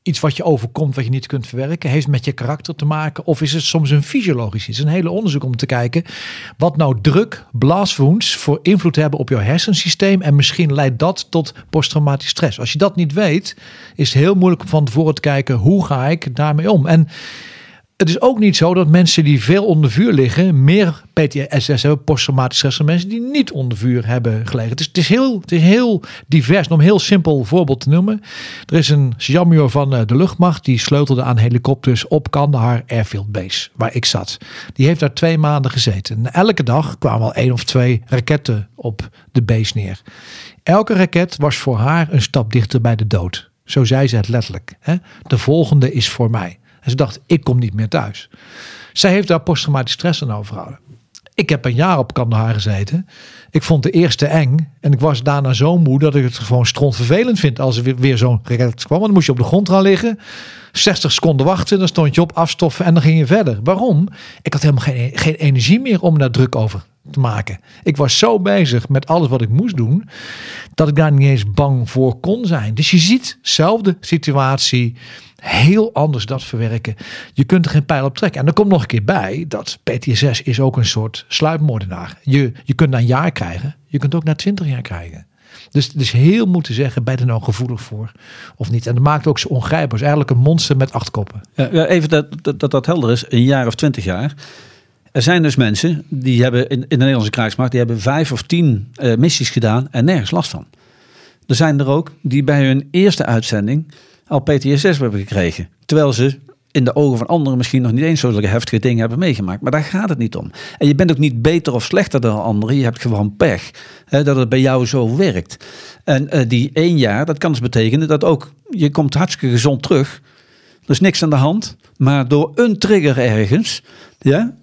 [SPEAKER 4] iets wat je overkomt, wat je niet kunt verwerken? Heeft het met je karakter te maken? Of is het soms een fysiologisch iets? Een hele onderzoek om te kijken wat nou druk, blast wounds voor invloed hebben op jouw hersensysteem. En misschien leidt dat tot posttraumatische stress. Als je dat niet weet, is het heel moeilijk om van tevoren te kijken, hoe ga ik daarmee om? En het is ook niet zo dat mensen die veel onder vuur liggen meer PTSS hebben, posttraumatische stress, dan mensen die niet onder vuur hebben gelegen. Het is heel divers. Om een heel simpel voorbeeld te noemen. Er is een sergeant-major van de luchtmacht die sleutelde aan helikopters op Kandahar Airfield Base, waar ik zat. Die heeft daar 2 maanden gezeten. En elke dag kwamen al 1 of 2 raketten op de base neer. Elke raket was voor haar een stap dichter bij de dood. Zo zei ze het letterlijk. Hè? De volgende is voor mij. En ze dacht, ik kom niet meer thuis. Zij heeft daar posttraumatische stress aan overgehouden. Ik heb een jaar op Kandahar gezeten. Ik vond de eerste eng. En ik was daarna zo moe dat ik het gewoon strontvervelend vind als er weer zo'n raket kwam. Want dan moest je op de grond gaan liggen. 60 seconden wachten. Dan stond je op, afstoffen en dan ging je verder. Waarom? Ik had helemaal geen energie meer om daar druk over te maken. Ik was zo bezig met alles wat ik moest doen, dat ik daar niet eens bang voor kon zijn. Dus je ziet, zelfde situatie, heel anders dat verwerken. Je kunt er geen pijl op trekken. En er komt nog een keer bij dat PTSS is ook een soort sluipmoordenaar. Je kunt na een jaar krijgen. Je kunt ook na 20 jaar krijgen. Dus het is heel moeten zeggen, ben je er nou gevoelig voor of niet? En dat maakt ook zo ongrijpbaar. Het is eigenlijk een monster met 8 koppen.
[SPEAKER 8] Ja, even dat helder is. Een jaar of 20 jaar. Er zijn dus mensen die hebben in de Nederlandse krijgsmacht, die hebben 5 of 10 missies gedaan en nergens last van. Er zijn er ook die bij hun eerste uitzending al PTSS hebben gekregen. Terwijl ze in de ogen van anderen misschien nog niet eens zulke heftige dingen hebben meegemaakt. Maar daar gaat het niet om. En je bent ook niet beter of slechter dan anderen. Je hebt gewoon pech. Hè, dat het bij jou zo werkt. En die 1 jaar, dat kan dus betekenen dat ook, je komt hartstikke gezond terug. Er is niks aan de hand. Maar door een trigger ergens, ja,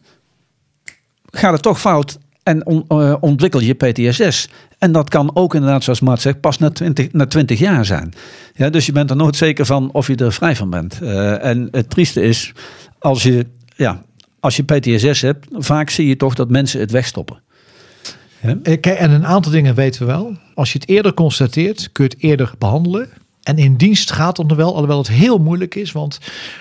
[SPEAKER 8] gaat het toch fout en ontwikkel je PTSS. En dat kan ook inderdaad, zoals Mart zegt, pas na 20 jaar zijn. Ja, dus je bent er nooit zeker van of je er vrij van bent. En het trieste is, als je PTSS hebt, vaak zie je toch dat mensen het wegstoppen. Ja?
[SPEAKER 4] Kijk, en een aantal dingen weten we wel. Als je het eerder constateert, kun je het eerder behandelen. En in dienst gaat het nog wel, alhoewel het heel moeilijk is, want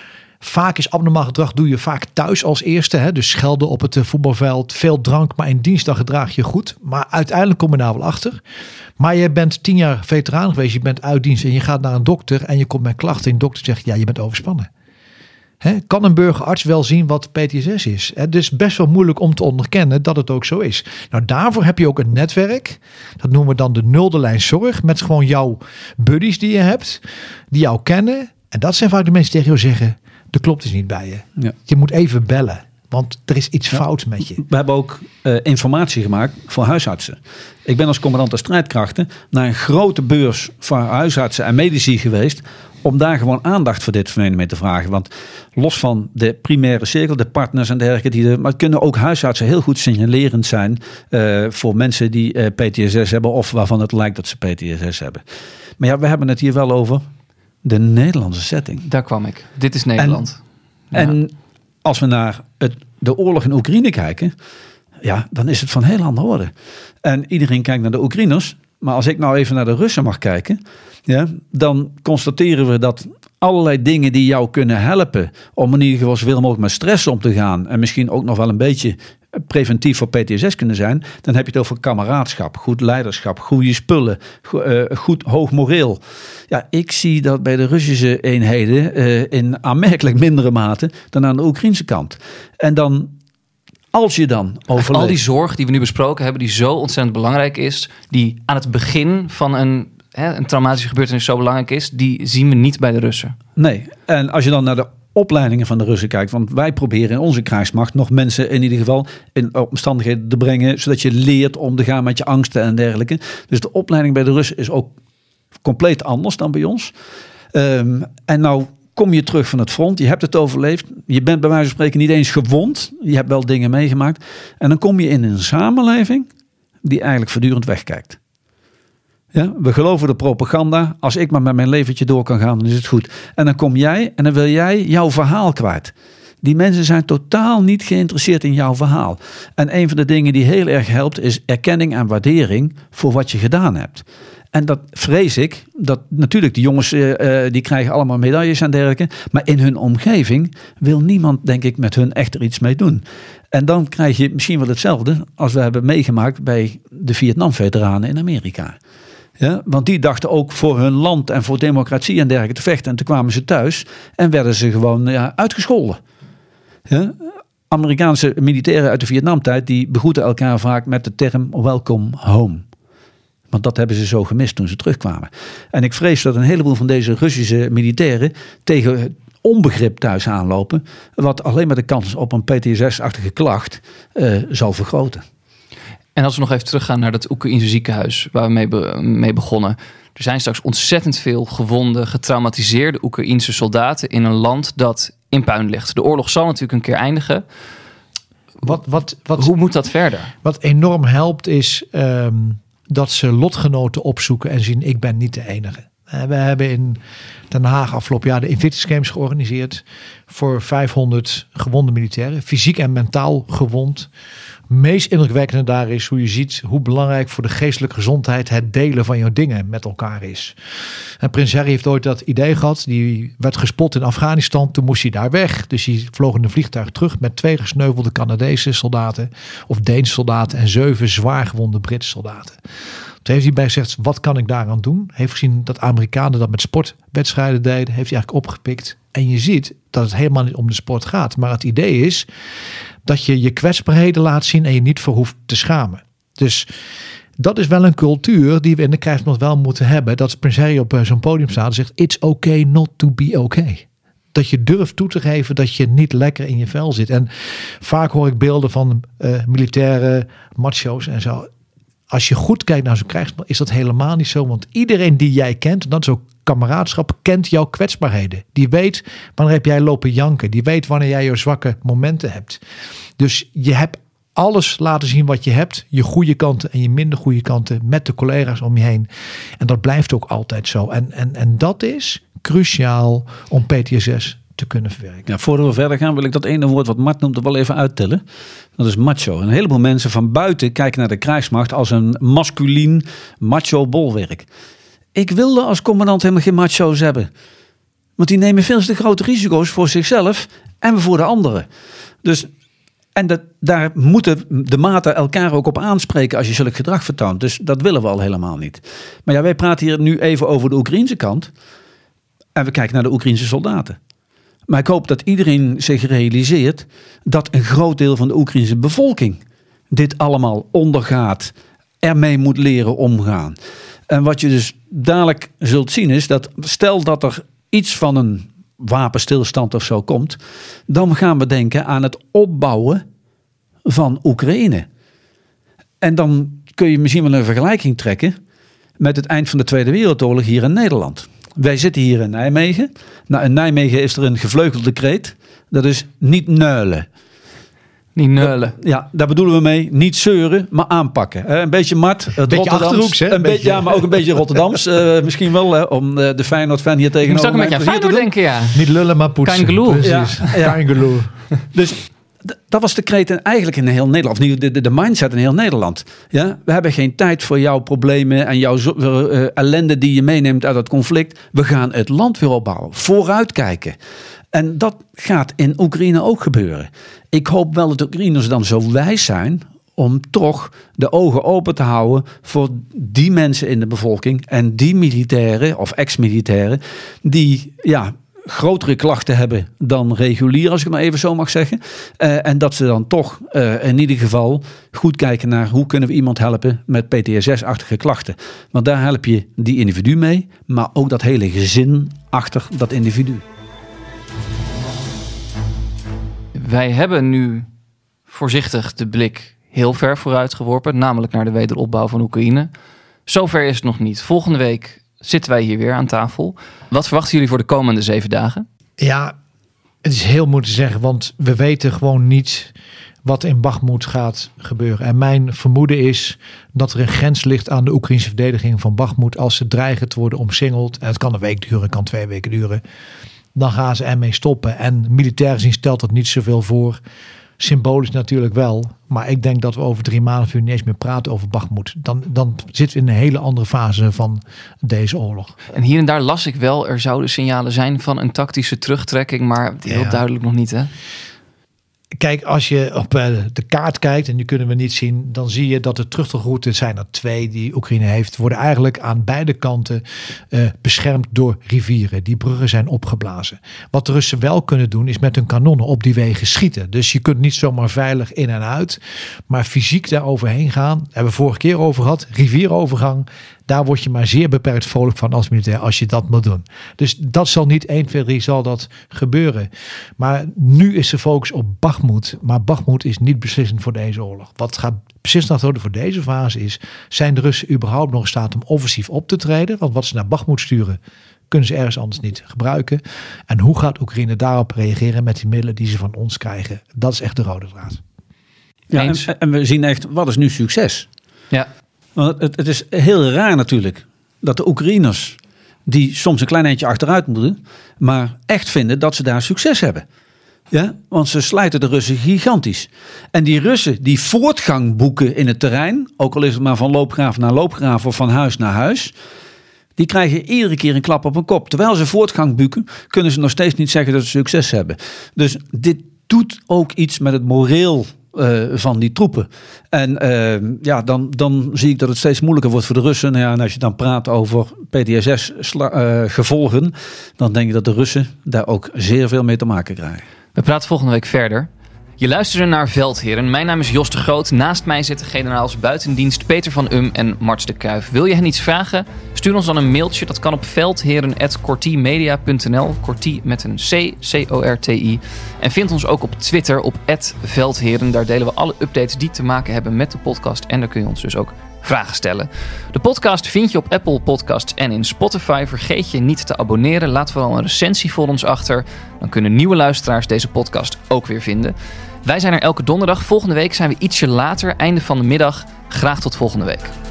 [SPEAKER 4] vaak is abnormaal gedrag doe je vaak thuis als eerste. Hè? Dus schelden op het voetbalveld, veel drank, maar in dienst dan gedraag je goed. Maar uiteindelijk kom je daar wel achter. Maar je bent 10 jaar veteraan geweest, je bent uit dienst en je gaat naar een dokter en je komt met klachten. En de dokter zegt, ja, je bent overspannen. Hè? Kan een burgerarts wel zien wat PTSS is? Het is best wel moeilijk om te onderkennen dat het ook zo is. Nou, daarvoor heb je ook een netwerk. Dat noemen we dan de nulde lijn zorg. Met gewoon jouw buddies die je hebt, die jou kennen. En dat zijn vaak de mensen die tegen jou zeggen, er klopt dus niet bij je. Ja. Je moet even bellen, want er is iets fout met je.
[SPEAKER 8] We hebben ook informatie gemaakt voor huisartsen. Ik ben als commandant der strijdkrachten naar een grote beurs voor huisartsen en medici geweest, om daar gewoon aandacht voor dit fenomeen te vragen. Want los van de primaire cirkel, de partners en dergelijke, maar kunnen ook huisartsen heel goed signalerend zijn voor mensen die PTSS hebben of waarvan het lijkt dat ze PTSS hebben. Maar ja, we hebben het hier wel over de Nederlandse setting.
[SPEAKER 7] Daar kwam ik. Dit is Nederland.
[SPEAKER 8] En als we naar de oorlog in Oekraïne kijken, ja, dan is het van heel andere orde. En iedereen kijkt naar de Oekraïners. Maar als ik nou even naar de Russen mag kijken, ja, dan constateren we dat allerlei dingen die jou kunnen helpen om in ieder geval zoveel mogelijk met stress om te gaan en misschien ook nog wel een beetje preventief voor PTSS kunnen zijn, dan heb je het over kameraadschap, goed leiderschap, goede spullen, goed hoog moreel. Ja, ik zie dat bij de Russische eenheden in aanmerkelijk mindere mate dan aan de Oekraïnse kant. En dan, als je dan overleeft,
[SPEAKER 7] al die zorg die we nu besproken hebben, die zo ontzettend belangrijk is, die aan het begin van een traumatische gebeurtenis zo belangrijk is, die zien we niet bij de Russen.
[SPEAKER 8] Nee, en als je dan naar de opleidingen van de Russen kijkt, want wij proberen in onze krijgsmacht nog mensen in ieder geval in omstandigheden te brengen, zodat je leert om te gaan met je angsten en dergelijke. Dus de opleiding bij de Russen is ook compleet anders dan bij ons. En nou kom je terug van het front, je hebt het overleefd, je bent bij wijze van spreken niet eens gewond, je hebt wel dingen meegemaakt en dan kom je in een samenleving die eigenlijk voortdurend wegkijkt. Ja, we geloven de propaganda. Als ik maar met mijn leventje door kan gaan, dan is het goed. En dan kom jij en dan wil jij jouw verhaal kwijt. Die mensen zijn totaal niet geïnteresseerd in jouw verhaal. En een van de dingen die heel erg helpt is erkenning en waardering voor wat je gedaan hebt. En dat vrees ik, dat natuurlijk die jongens die krijgen allemaal medailles en dergelijke. Maar in hun omgeving wil niemand, denk ik, met hun echt er iets mee doen. En dan krijg je misschien wel hetzelfde als we hebben meegemaakt bij de Vietnam-veteranen in Amerika. Ja, want die dachten ook voor hun land en voor democratie en dergelijke te vechten. En toen kwamen ze thuis en werden ze gewoon uitgescholden. Ja? Amerikaanse militairen uit de Vietnamtijd die begroeten elkaar vaak met de term welcome home. Want dat hebben ze zo gemist toen ze terugkwamen. En ik vrees dat een heleboel van deze Russische militairen tegen onbegrip thuis aanlopen. Wat alleen maar de kans op een PTSS-achtige klacht zal vergroten.
[SPEAKER 7] En als we nog even teruggaan naar dat Oekraïnse ziekenhuis waar we mee begonnen. Er zijn straks ontzettend veel gewonde, getraumatiseerde Oekraïnse soldaten in een land dat in puin ligt. De oorlog zal natuurlijk een keer eindigen. Hoe moet dat verder?
[SPEAKER 4] Wat enorm helpt is dat ze lotgenoten opzoeken en zien, ik ben niet de enige. We hebben in Den Haag afgelopen jaar de Invictus Games georganiseerd voor 500 gewonde militairen, fysiek en mentaal gewond. Meest indrukwekkende daar is hoe je ziet hoe belangrijk voor de geestelijke gezondheid het delen van jouw dingen met elkaar is. En Prins Harry heeft ooit dat idee gehad. Die werd gespot in Afghanistan. Toen moest hij daar weg. Dus hij vloog in een vliegtuig terug met 2 gesneuvelde Canadese soldaten of Deense soldaten en 7 zwaar gewonde Britse soldaten. Toen heeft hij bij gezegd, wat kan ik daaraan doen? Heeft gezien dat Amerikanen dat met sportwedstrijden deden. Heeft hij eigenlijk opgepikt. En je ziet dat het helemaal niet om de sport gaat. Maar het idee is dat je je kwetsbaarheden laat zien en je niet voor hoeft te schamen. Dus dat is wel een cultuur die we in de krijgsmacht wel moeten hebben. Dat Prins Harry op zo'n podium staat en zegt, it's okay not to be okay. Dat je durft toe te geven dat je niet lekker in je vel zit. En vaak hoor ik beelden van militaire macho's en zo. Als je goed kijkt naar zo'n krijgsmacht is dat helemaal niet zo. Want iedereen die jij kent, dat is ook kameraadschap, kent jouw kwetsbaarheden. Die weet wanneer heb jij lopen janken. Die weet wanneer jij je zwakke momenten hebt. Dus je hebt alles laten zien wat je hebt. Je goede kanten en je minder goede kanten met de collega's om je heen. En dat blijft ook altijd zo. En dat is cruciaal om PTSS te kunnen verwerken.
[SPEAKER 8] Ja, voordat we verder gaan wil ik dat ene woord wat Mart noemde wel even uittellen. Dat is macho. Een heleboel mensen van buiten kijken naar de krijgsmacht als een masculien macho bolwerk. Ik wilde als commandant helemaal geen macho's hebben. Want die nemen veel te grote risico's voor zichzelf en voor de anderen. Dus, en daar moeten de maten elkaar ook op aanspreken als je zulk gedrag vertoont. Dus dat willen we al helemaal niet. Maar ja, wij praten hier nu even over de Oekraïnse kant. En we kijken naar de Oekraïnse soldaten. Maar ik hoop dat iedereen zich realiseert dat een groot deel van de Oekraïnse bevolking dit allemaal ondergaat, ermee moet leren omgaan. En wat je dus dadelijk zult zien is dat stel dat er iets van een wapenstilstand of zo komt, dan gaan we denken aan het opbouwen van Oekraïne. En dan kun je misschien wel een vergelijking trekken met het eind van de Tweede Wereldoorlog hier in Nederland. Wij zitten hier in Nijmegen. Nou, in Nijmegen is er een gevleugelde kreet. Dat is niet neulen.
[SPEAKER 7] Niet neulen.
[SPEAKER 8] Ja, daar bedoelen we mee. Niet zeuren, maar aanpakken. Een beetje mat.
[SPEAKER 4] Een beetje Achterhoeks, hè?
[SPEAKER 8] Ja, maar ook een beetje Rotterdams. Misschien wel, om de Feyenoord-fan hier tegenover
[SPEAKER 7] mij te zien. Feyenoord denken, ja.
[SPEAKER 4] Niet lullen, maar poetsen.
[SPEAKER 7] Kangeloe.
[SPEAKER 4] Precies.
[SPEAKER 8] Ja.
[SPEAKER 4] Kangeloe.
[SPEAKER 8] Dus dat was de kreet eigenlijk in heel Nederland. Of niet, de mindset in heel Nederland. Ja? We hebben geen tijd voor jouw problemen en jouw ellende die je meeneemt uit het conflict. We gaan het land weer opbouwen. Vooruitkijken. En dat gaat in Oekraïne ook gebeuren. Ik hoop wel dat de Oekraïners dan zo wijs zijn om toch de ogen open te houden voor die mensen in de bevolking en die militairen of ex-militairen die grotere klachten hebben dan regulier, als ik het maar even zo mag zeggen. En dat ze dan toch in ieder geval goed kijken naar hoe kunnen we iemand helpen met PTSS-achtige klachten. Want daar help je die individu mee, maar ook dat hele gezin achter dat individu.
[SPEAKER 7] Wij hebben nu voorzichtig de blik heel ver vooruit geworpen, namelijk naar de wederopbouw van Oekraïne. Zover is het nog niet. Volgende week zitten wij hier weer aan tafel. Wat verwachten jullie voor de komende 7 dagen?
[SPEAKER 4] Ja, het is heel moeilijk te zeggen, want we weten gewoon niet wat in Bakhmut gaat gebeuren. En mijn vermoeden is dat er een grens ligt aan de Oekraïnse verdediging van Bakhmut als ze dreigen te worden omsingeld. En het kan een week duren, het kan 2 weken duren. dan gaan ze ermee stoppen. En militair gezien stelt dat niet zoveel voor. Symbolisch natuurlijk wel. Maar ik denk dat we over 3 maanden niet eens meer praten over Bakhmut. Dan zitten we in een hele andere fase van deze oorlog.
[SPEAKER 7] En hier en daar las ik wel, er zouden signalen zijn van een tactische terugtrekking, maar heel duidelijk nog niet, hè?
[SPEAKER 4] Kijk, als je op de kaart kijkt, en die kunnen we niet zien, dan zie je dat de terugtochtroutes, zijn er 2 die Oekraïne heeft, worden eigenlijk aan beide kanten beschermd door rivieren. Die bruggen zijn opgeblazen. Wat de Russen wel kunnen doen, is met hun kanonnen op die wegen schieten. Dus je kunt niet zomaar veilig in en uit, maar fysiek daar overheen gaan. Daar hebben we vorige keer over gehad, rivierovergang. Daar word je maar zeer beperkt vrolijk van als militair als je dat moet doen. Dus dat zal niet 1, 2, 3 zal dat gebeuren. Maar nu is de focus op Bakhmut. Maar Bakhmut is niet beslissend voor deze oorlog. Wat gaat beslissend worden voor deze fase is, zijn de Russen überhaupt nog in staat om offensief op te treden? Want wat ze naar Bakhmut sturen, kunnen ze ergens anders niet gebruiken. En hoe gaat Oekraïne daarop reageren met die middelen die ze van ons krijgen? Dat is echt de rode draad.
[SPEAKER 8] Ja, en we zien echt, wat is nu succes?
[SPEAKER 7] Ja.
[SPEAKER 8] Want het is heel raar natuurlijk dat de Oekraïners, die soms een klein eindje achteruit moeten, maar echt vinden dat ze daar succes hebben. Ja, want ze slijten de Russen gigantisch. En die Russen die voortgang boeken in het terrein, ook al is het maar van loopgraaf naar loopgraaf of van huis naar huis, die krijgen iedere keer een klap op hun kop. Terwijl ze voortgang boeken, kunnen ze nog steeds niet zeggen dat ze succes hebben. Dus dit doet ook iets met het moreel van die troepen. En dan zie ik dat het steeds moeilijker wordt voor de Russen. Nou ja, en als je dan praat over PTSS-gevolgen, dan denk ik dat de Russen daar ook zeer veel mee te maken krijgen.
[SPEAKER 7] We praten volgende week verder. Je luisterde naar Veldheren. Mijn naam is Jos de Groot. Naast mij zitten generaals buitendienst Peter van Um en Marts de Kruijf. Wil je hen iets vragen? Stuur ons dan een mailtje. Dat kan op veldheren@cortimedia.nl. Corti met een C, C-O-R-T-I. En vind ons ook op Twitter op @veldheren. Daar delen we alle updates die te maken hebben met de podcast. En daar kun je ons dus ook vragen stellen. De podcast vind je op Apple Podcasts en in Spotify. Vergeet je niet te abonneren. Laat vooral een recensie voor ons achter. Dan kunnen nieuwe luisteraars deze podcast ook weer vinden. Wij zijn er elke donderdag. Volgende week zijn we ietsje later, einde van de middag. Graag tot volgende week.